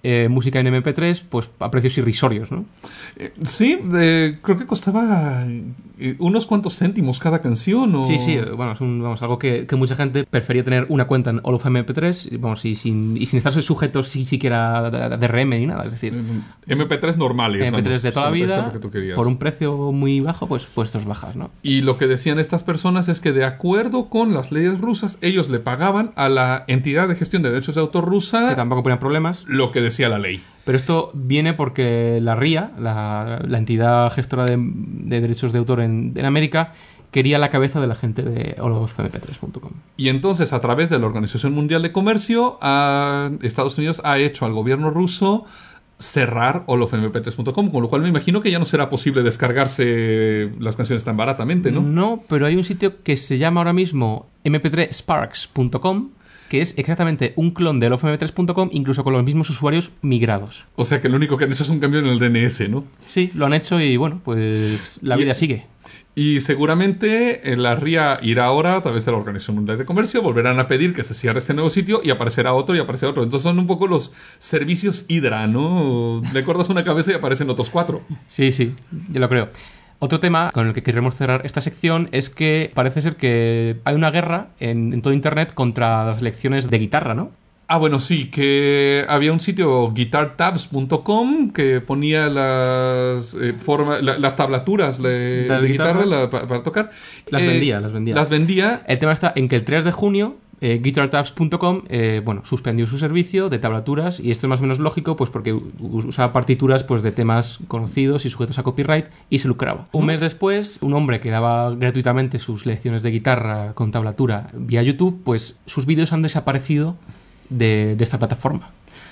música en MP3 pues a precios irrisorios, ¿no? Sí, creo que costaba unos cuantos céntimos cada canción. Sí, bueno, es algo que mucha gente prefería tener una cuenta en All of MP3, y sin estar sujetos siquiera de DRM ni nada, es decir... MP3 normales. MP3 de toda la vida, por un precio precio muy bajo, pues estos bajas, ¿no? Y lo que decían estas personas es que de acuerdo con las leyes rusas, ellos le pagaban a la entidad de gestión de derechos de autor rusa... Que tampoco ponían problemas. Lo que decía la ley. Pero esto viene porque la RIA, la entidad gestora de derechos de autor en América, quería la cabeza de la gente de allofmp3.com. Y entonces, a través de la Organización Mundial de Comercio, Estados Unidos ha hecho al gobierno ruso cerrar allofmp3.com, con lo cual me imagino que ya no será posible descargarse las canciones tan baratamente, ¿no? No, pero hay un sitio que se llama ahora mismo mp3sparks.com, que es exactamente un clon de allofmp3.com, incluso con los mismos usuarios migrados. O sea que lo único que han hecho es un cambio en el DNS, ¿no? Sí, lo han hecho y bueno, pues la vida sigue. Y seguramente la RIA irá ahora a través de la Organización Mundial de Comercio, volverán a pedir que se cierre este nuevo sitio y aparecerá otro y aparecerá otro. Entonces son un poco los servicios Hydra, ¿no? Le cortas una cabeza y aparecen otros 4. Sí, yo lo creo. Otro tema con el que queremos cerrar esta sección es que parece ser que hay una guerra en todo Internet contra las lecciones de guitarra, ¿no? Bueno, sí, que había un sitio guitartabs.com que ponía las tablaturas de guitarra para tocar. Las vendía. El tema está en que el 3 de junio guitartabs.com suspendió su servicio de tablaturas, y esto es más o menos lógico pues porque usaba partituras pues de temas conocidos y sujetos a copyright y se lucraba. Un mes después, un hombre que daba gratuitamente sus lecciones de guitarra con tablatura vía YouTube, pues sus vídeos han desaparecido de esta plataforma.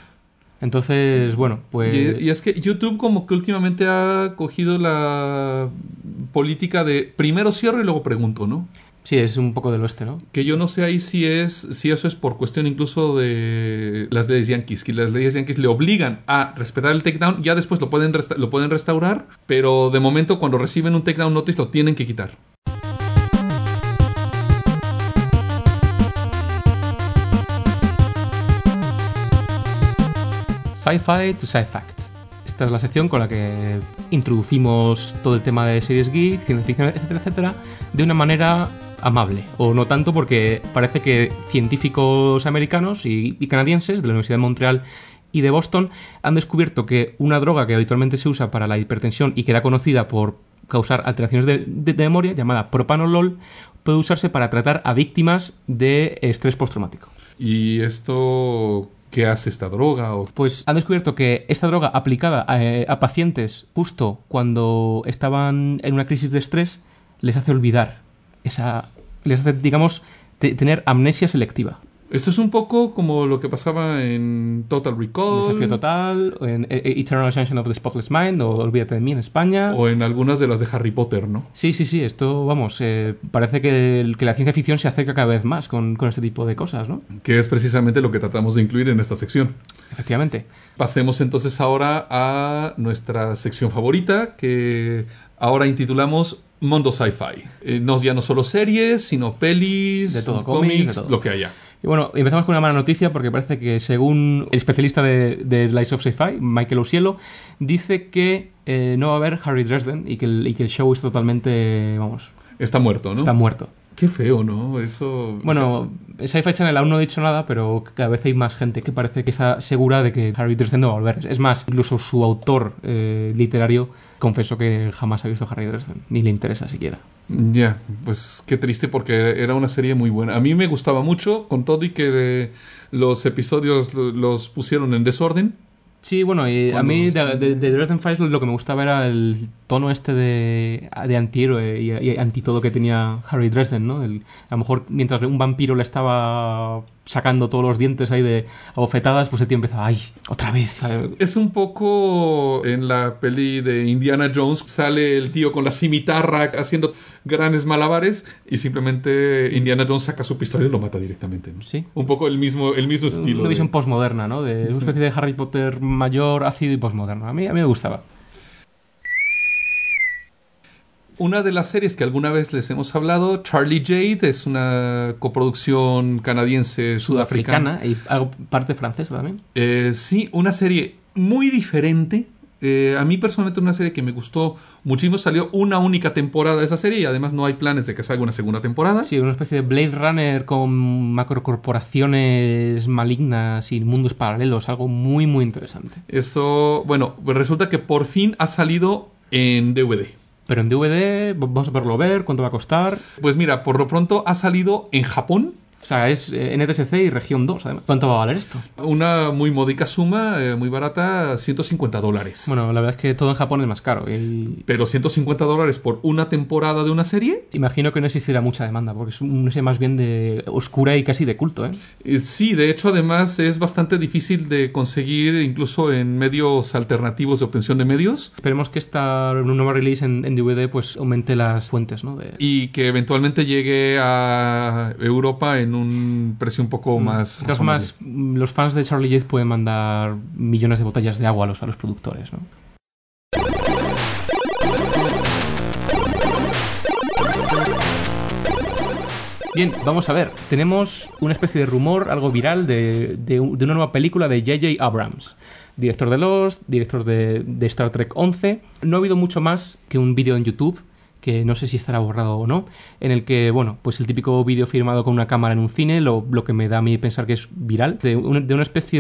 Entonces, bueno, pues... Y es que YouTube como que últimamente ha cogido la política de primero cierro y luego pregunto, ¿no? Sí, es un poco del oeste, ¿no? Que yo no sé ahí si eso es por cuestión incluso de las leyes yankees, que las leyes yankees le obligan a respetar el takedown, ya después lo pueden restaurar, pero de momento cuando reciben un takedown notice lo tienen que quitar. Sci-Fi to Sci-Facts. Esta es la sección con la que introducimos todo el tema de series geek, ciencia ficción, etcétera, etcétera, de una manera amable. O no tanto, porque parece que científicos americanos y canadienses de la Universidad de Montreal y de Boston han descubierto que una droga que habitualmente se usa para la hipertensión y que era conocida por causar alteraciones de memoria, llamada propanolol, puede usarse para tratar a víctimas de estrés postraumático. ¿Y esto qué hace esta droga? Pues han descubierto que esta droga aplicada a pacientes justo cuando estaban en una crisis de estrés les hace olvidar les hace, digamos, tener amnesia selectiva. Esto es un poco como lo que pasaba en Total Recall. Desafío Total, o en Eternal Sunshine of the Spotless Mind, o Olvídate de mí en España. O en algunas de las de Harry Potter, ¿no? Sí, esto, vamos, parece que la ciencia ficción se acerca cada vez más con este tipo de cosas, ¿no? Que es precisamente lo que tratamos de incluir en esta sección. Efectivamente. Pasemos entonces ahora a nuestra sección favorita, que ahora intitulamos Mundo Sci-Fi. Ya no solo series, sino pelis, de todo, cómics, de todo. Lo que haya. Y bueno, empezamos con una mala noticia porque parece que según el especialista de Slice of Sci-Fi, Michael Osiello, dice que no va a haber Harry Dresden y que el show es totalmente, vamos... Está muerto, ¿no? Está muerto. Qué feo, ¿no? Eso... Bueno, Sci-Fi Channel aún no ha dicho nada, pero cada vez hay más gente que parece que está segura de que Harry Dresden no va a volver. Es más, incluso su autor literario confesó que jamás ha visto Harry Dresden, ni le interesa siquiera. Ya, pues qué triste porque era una serie muy buena. A mí me gustaba mucho, con todo y que los episodios los pusieron en desorden. Sí, bueno, y a mí de Dresden Files lo que me gustaba era el tono este de antihéroe y anti todo que tenía Harry Dresden, ¿no? A lo mejor mientras un vampiro le estaba sacando todos los dientes ahí de abofetadas, pues el tío empezaba, ¡ay, otra vez! Es un poco en la peli de Indiana Jones, sale el tío con la cimitarra haciendo grandes malabares y simplemente Indiana Jones saca su pistola y lo mata directamente, ¿no? Sí. Un poco el mismo estilo. Una visión postmoderna, ¿no? De una especie de Harry Potter mayor, ácido y postmoderno. A mí me gustaba. Una de las series que alguna vez les hemos hablado, Charlie Jade, es una coproducción canadiense-sudafricana. Y algo parte francesa también. Sí, una serie muy diferente. A mí personalmente una serie que me gustó muchísimo. Salió una única temporada de esa serie y además no hay planes de que salga una segunda temporada. Sí, una especie de Blade Runner con macrocorporaciones malignas y mundos paralelos. Algo muy, muy interesante. Eso, bueno, pues resulta que por fin ha salido en DVD. Pero en DVD, vamos a poderlo ver, ¿cuánto va a costar? Pues mira, por lo pronto ha salido en Japón. O sea, es NTSC y región 2, además. ¿Cuánto va a valer esto? Una muy módica suma, muy barata, $150. Bueno, la verdad es que todo en Japón es más caro. Pero $150 por una temporada de una serie. Imagino que no existirá mucha demanda, porque es una serie más bien de oscura y casi de culto, ¿eh? Sí, de hecho, además es bastante difícil de conseguir, incluso en medios alternativos de obtención de medios. Esperemos que esta nueva release en DVD pues aumente las fuentes, ¿no? Y que eventualmente llegue a Europa en un precio un poco más... De todas formas, los fans de Charlie Jade pueden mandar millones de botellas de agua a los productores, ¿no? Bien, vamos a ver. Tenemos una especie de rumor, algo viral, de una nueva película de J.J. Abrams. Director de Lost, director de Star Trek 11. No ha habido mucho más que un vídeo en YouTube, que no sé si estará borrado o no, en el que, bueno, pues el típico vídeo filmado con una cámara en un cine, lo que me da a mí pensar que es viral, de una especie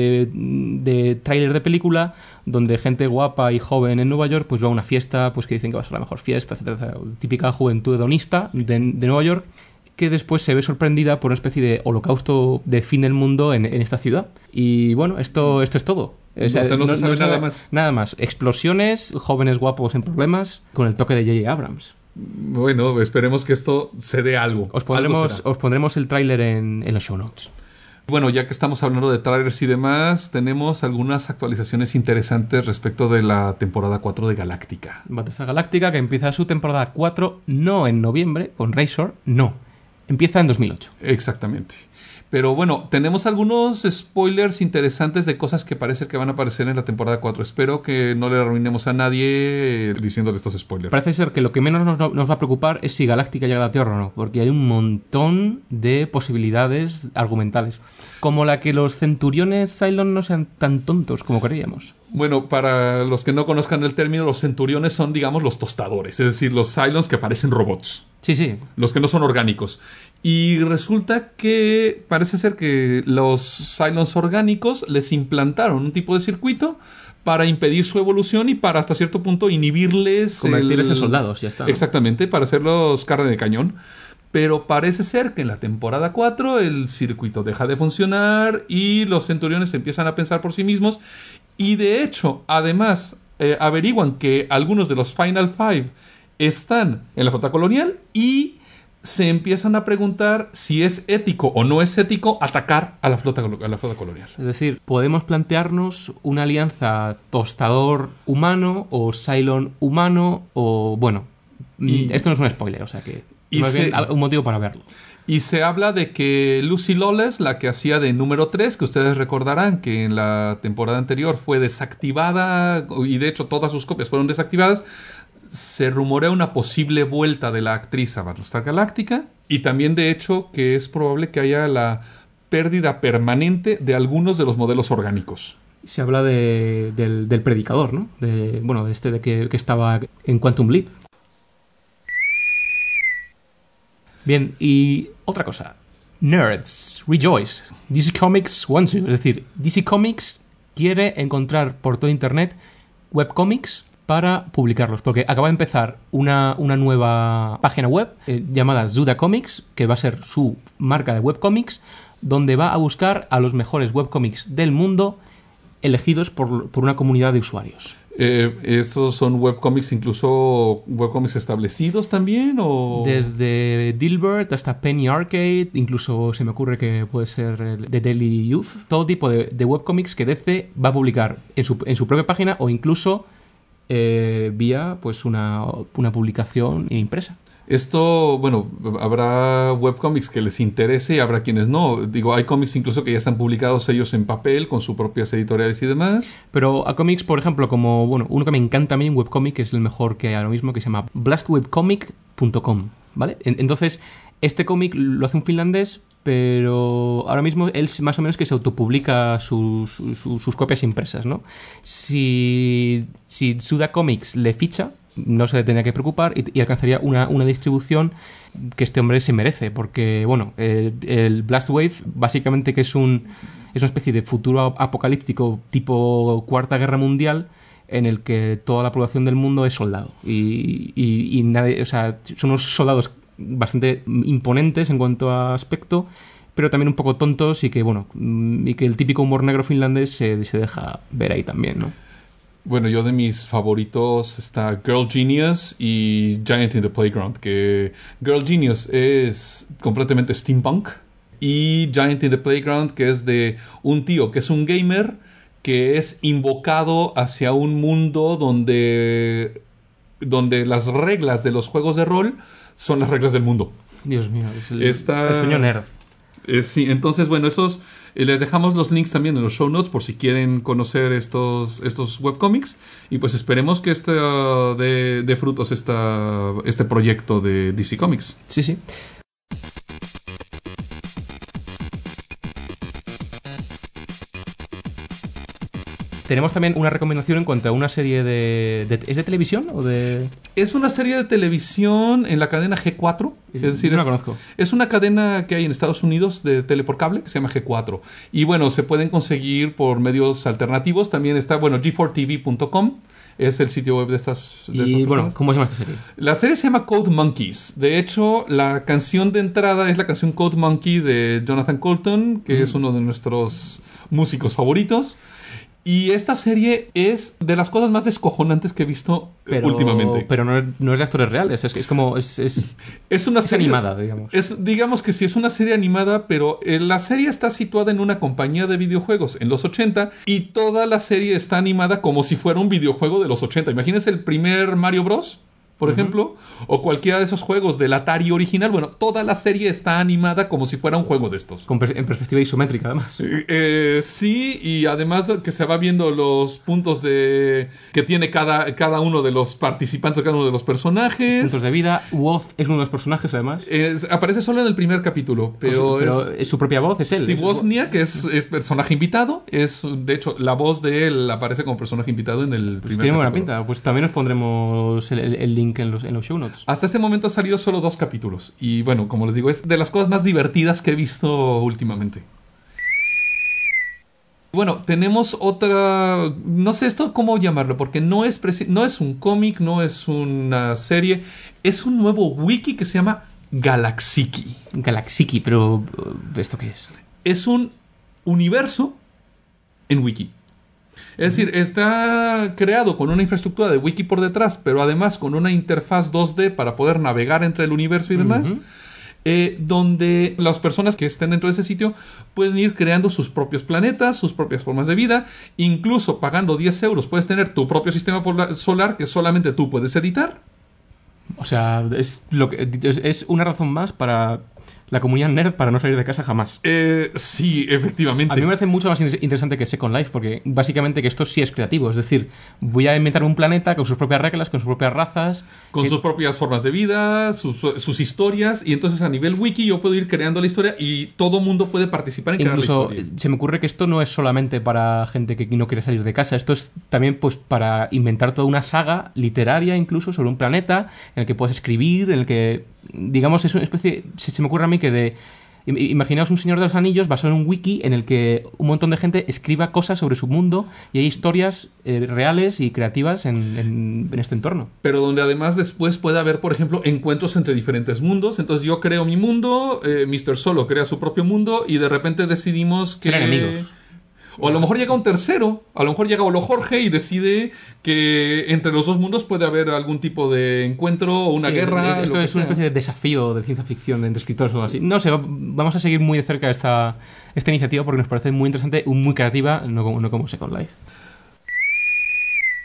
de tráiler de película donde gente guapa y joven en Nueva York pues va a una fiesta, pues que dicen que va a ser la mejor fiesta, etcétera, típica juventud hedonista de Nueva York, que después se ve sorprendida por una especie de holocausto de fin del mundo en esta ciudad. Y bueno, esto es todo. O sea, no se sabe nada más. Nada más. Explosiones, jóvenes guapos en problemas, con el toque de J.J. Abrams. Bueno, esperemos que esto se dé algo. Os pondremos el tráiler en los show notes. Bueno, ya que estamos hablando de trailers y demás, tenemos algunas actualizaciones interesantes respecto de la temporada 4 de Galáctica. Battlestar Galáctica, que empieza su temporada 4 no en noviembre, con Razor, no. Empieza en 2008. Exactamente. Pero bueno, tenemos algunos spoilers interesantes de cosas que parece que van a aparecer en la temporada 4. Espero que no le arruinemos a nadie diciéndole estos spoilers. Parece ser que lo que menos nos va a preocupar es si Galáctica llega a la Tierra o no, porque hay un montón de posibilidades argumentales. Como la que los centuriones Cylon no sean tan tontos como creíamos. Bueno, para los que no conozcan el término, los centuriones son, digamos, los tostadores. Es decir, los Cylons que parecen robots. Sí, sí. Los que no son orgánicos. Y resulta que parece ser que los Cylons orgánicos les implantaron un tipo de circuito para impedir su evolución y para hasta cierto punto inhibirles... Convertirles en soldados, ya está, ¿no? Exactamente, para hacerlos carne de cañón. Pero parece ser que en la temporada 4 el circuito deja de funcionar y los centuriones empiezan a pensar por sí mismos. Y de hecho, además, averiguan que algunos de los Final Five están en la flota colonial y se empiezan a preguntar si es ético o no es ético atacar a la flota colonial. Es decir, podemos plantearnos una alianza tostador humano o Cylon humano o... Bueno, esto no es un spoiler, o sea que... Más bien un motivo para verlo. Y se habla de que Lucy Lawless, la que hacía de número 3, que ustedes recordarán que en la temporada anterior fue desactivada, y de hecho todas sus copias fueron desactivadas, se rumorea una posible vuelta de la actriz a Battlestar Galactica, y también de hecho que es probable que haya la pérdida permanente de algunos de los modelos orgánicos. Se habla del predicador, ¿no? De que estaba en Quantum Leap. Bien, y otra cosa. Nerds, rejoice. DC Comics wants you. Es decir, DC Comics quiere encontrar por todo internet webcomics para publicarlos. Porque acaba de empezar una nueva página web llamada Zuda Comics, que va a ser su marca de webcomics, donde va a buscar a los mejores webcomics del mundo elegidos por una comunidad de usuarios. ¿Estos son webcomics, incluso webcomics establecidos también? ¿O? Desde Dilbert hasta Penny Arcade, incluso se me ocurre que puede ser The Daily Youth. Todo tipo de webcomics que DC va a publicar en su propia página o incluso vía pues una publicación impresa. Esto, bueno, habrá webcómics que les interese y habrá quienes no. Digo, hay cómics incluso que ya están publicados ellos en papel, con sus propias editoriales y demás. Pero a cómics, por ejemplo, como, bueno, uno que me encanta a mí, un webcómic, que es el mejor que hay ahora mismo, que se llama blastwebcomic.com, ¿vale? Entonces, este cómic lo hace un finlandés, pero ahora mismo él más o menos que se autopublica sus copias impresas, ¿no? Si Suda Comics le ficha, no se tendría que preocupar y alcanzaría una distribución que este hombre se merece, porque, bueno, el Blast Wave básicamente que es una especie de futuro apocalíptico tipo Cuarta Guerra Mundial, en el que toda la población del mundo es soldado y nadie, o sea, son unos soldados bastante imponentes en cuanto a aspecto, pero también un poco tontos y que, bueno, y que el típico humor negro finlandés se deja ver ahí también, ¿no? Bueno, yo de mis favoritos está Girl Genius y Giant in the Playground, que Girl Genius es completamente steampunk y Giant in the Playground, que es de un tío que es un gamer que es invocado hacia un mundo donde las reglas de los juegos de rol son las reglas del mundo. Dios mío, es el sueño nerd. Sí, entonces, bueno, esos les dejamos los links también en los show notes por si quieren conocer estos webcomics. Y pues esperemos que dé frutos este proyecto de DC Comics. Sí, sí. Tenemos también una recomendación en cuanto a una serie ¿es de televisión o de...? Es una serie de televisión en la cadena G4. Es decir, no la conozco. Es una cadena que hay en Estados Unidos de tele por cable que se llama G4. Y bueno, se pueden conseguir por medios alternativos. También está, bueno, g4tv.com. Es el sitio web de estas y bueno, ¿cómo se llama esta serie? La serie se llama Code Monkeys. De hecho, la canción de entrada es la canción Code Monkey de Jonathan Coulton, que es uno de nuestros músicos favoritos. Y esta serie es de las cosas más descojonantes que he visto últimamente. Pero no es de actores reales, es como... Es una serie animada, digamos. Digamos que sí, es una serie animada, pero la serie está situada en una compañía de videojuegos en los 80 y toda la serie está animada como si fuera un videojuego de los 80. Imagínense el primer Mario Bros., por ejemplo, o cualquiera de esos juegos del Atari original. Bueno, toda la serie está animada como si fuera un juego de estos. En perspectiva isométrica, además. Sí, y además que se va viendo los puntos que tiene cada uno de los participantes, cada uno de los personajes. Puntos de vida. Woz es uno de los personajes, además. Aparece solo en el primer capítulo, pero es su propia voz, es él. Steve Wozniak, que es personaje invitado. De hecho, la voz de él aparece como personaje invitado en el primer capítulo. Tiene buena pinta. Pues también os pondremos el link en los show notes. Hasta este momento han salido solo 2 capítulos. Y bueno, como les digo, es de las cosas más divertidas que he visto últimamente. Bueno, tenemos otra... No sé esto cómo llamarlo, porque no es un cómic, no es una serie. Es un nuevo wiki que se llama Galaxiki. Galaxiki, pero ¿esto qué es? Es un universo en wiki. Es decir, está creado con una infraestructura de wiki por detrás, pero además con una interfaz 2D para poder navegar entre el universo y demás, donde las personas que estén dentro de ese sitio pueden ir creando sus propios planetas, sus propias formas de vida, incluso pagando 10 euros puedes tener tu propio sistema solar que solamente tú puedes editar. O sea, es una razón más para la comunidad nerd para no salir de casa jamás. Sí, efectivamente. A mí me parece mucho más interesante que Second Life, porque básicamente que esto sí es creativo. Es decir, voy a inventarme un planeta con sus propias reglas, con sus propias razas, con sus propias formas de vida, sus historias, y entonces a nivel wiki yo puedo ir creando la historia y todo mundo puede participar en crear la historia. Se me ocurre que esto no es solamente para gente que no quiere salir de casa, esto es también pues para inventar toda una saga literaria incluso sobre un planeta en el que puedes escribir, en el que, digamos, es una especie, se me ocurre a mí que imaginaos un Señor de los Anillos basado en un wiki en el que un montón de gente escriba cosas sobre su mundo y hay historias reales y creativas en este entorno. Pero donde además después puede haber, por ejemplo, encuentros entre diferentes mundos. Entonces yo creo mi mundo, Mr. Solo crea su propio mundo y de repente decidimos que... Ser enemigos. O a lo mejor llega un tercero, a lo mejor llega Olo Jorge y decide que entre los dos mundos puede haber algún tipo de encuentro o una guerra. Esto es una especie de desafío de ciencia ficción entre escritores o algo así. No sé, vamos a seguir muy de cerca esta iniciativa porque nos parece muy interesante, muy creativa, no como Second Life.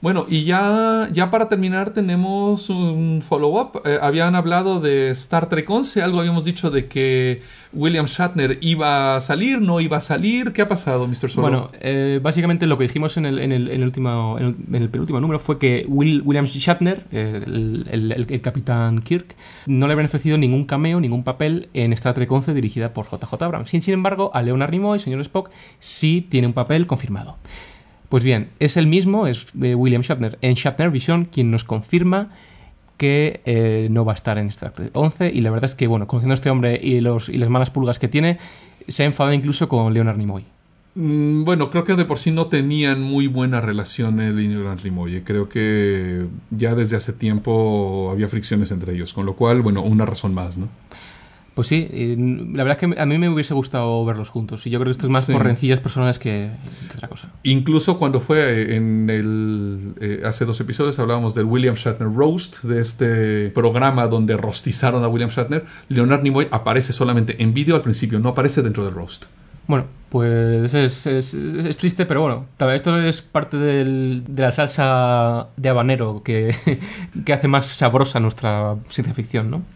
Bueno, y ya para terminar tenemos un follow-up. Habían hablado de Star Trek 11, algo habíamos dicho de que William Shatner iba a salir, no iba a salir. ¿Qué ha pasado, Mr. Solo? Bueno, básicamente lo que dijimos en el penúltimo número fue que William Shatner, el capitán Kirk, no le habían ofrecido ningún cameo, ningún papel en Star Trek 11 dirigida por J.J. Abrams. Sin embargo, a Leonard Nimoy, señor Spock, sí tiene un papel confirmado. Pues bien, es el mismo, es William Shatner en Shatner Vision quien nos confirma que no va a estar en Star Trek 11, y la verdad es que, bueno, conociendo a este hombre y las malas pulgas que tiene, se ha enfadado incluso con Leonard Nimoy. Bueno, creo que de por sí no tenían muy buena relación él y Leonard Nimoy. Creo que ya desde hace tiempo había fricciones entre ellos, con lo cual, bueno, una razón más, ¿no? Pues sí, la verdad es que a mí me hubiese gustado verlos juntos, y yo creo que esto es más por rencillas personales que otra cosa. Incluso cuando fue hace 2 episodios hablábamos del William Shatner Roast, de este programa donde rostizaron a William Shatner. Leonard Nimoy aparece solamente en vídeo al principio, no aparece dentro del roast. Bueno, pues es triste, pero bueno, esto es parte de la salsa de habanero que hace más sabrosa nuestra ciencia ficción, ¿no?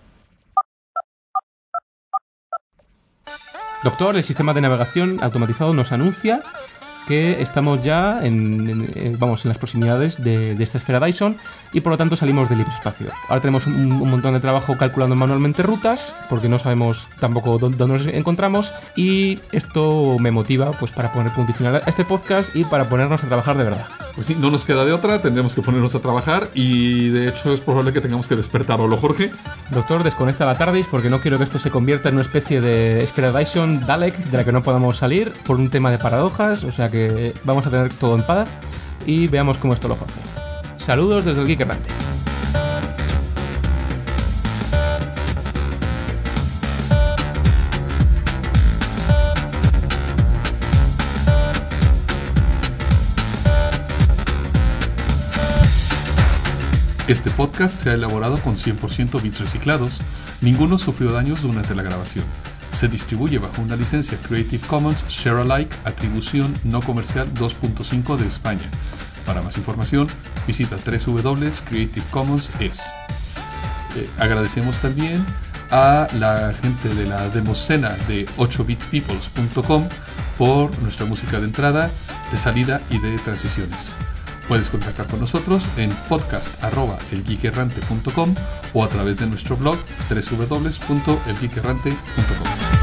Doctor, el sistema de navegación automatizado nos anuncia que estamos ya en las proximidades de esta esfera Dyson, y por lo tanto salimos del hiperespacio. Ahora tenemos un montón de trabajo calculando manualmente rutas, porque no sabemos tampoco dónde nos encontramos, y esto me motiva pues para poner punto y final a este podcast y para ponernos a trabajar de verdad. Pues sí, no nos queda de otra, tendremos que ponernos a trabajar, y de hecho es probable que tengamos que despertar. ¿O lo, Jorge? Doctor, desconecta la TARDIS porque no quiero que esto se convierta en una especie de esfera Dyson Dalek de la que no podamos salir por un tema de paradojas, o sea que vamos a tener todo en paz y veamos cómo esto lo hace. Saludos desde el Geek Errante. Este podcast se ha elaborado con 100% bits reciclados. Ninguno sufrió daños durante la grabación. Se distribuye bajo una licencia Creative Commons Share Alike, atribución no comercial 2.5 de España. Para más información, visita www.creativecommons.es. Agradecemos también a la gente de la demoscena de 8bitpeoples.com por nuestra música de entrada, de salida y de transiciones. Puedes contactar con nosotros en podcast@elgeekerrante.com o a través de nuestro blog www.elgeekerrante.com.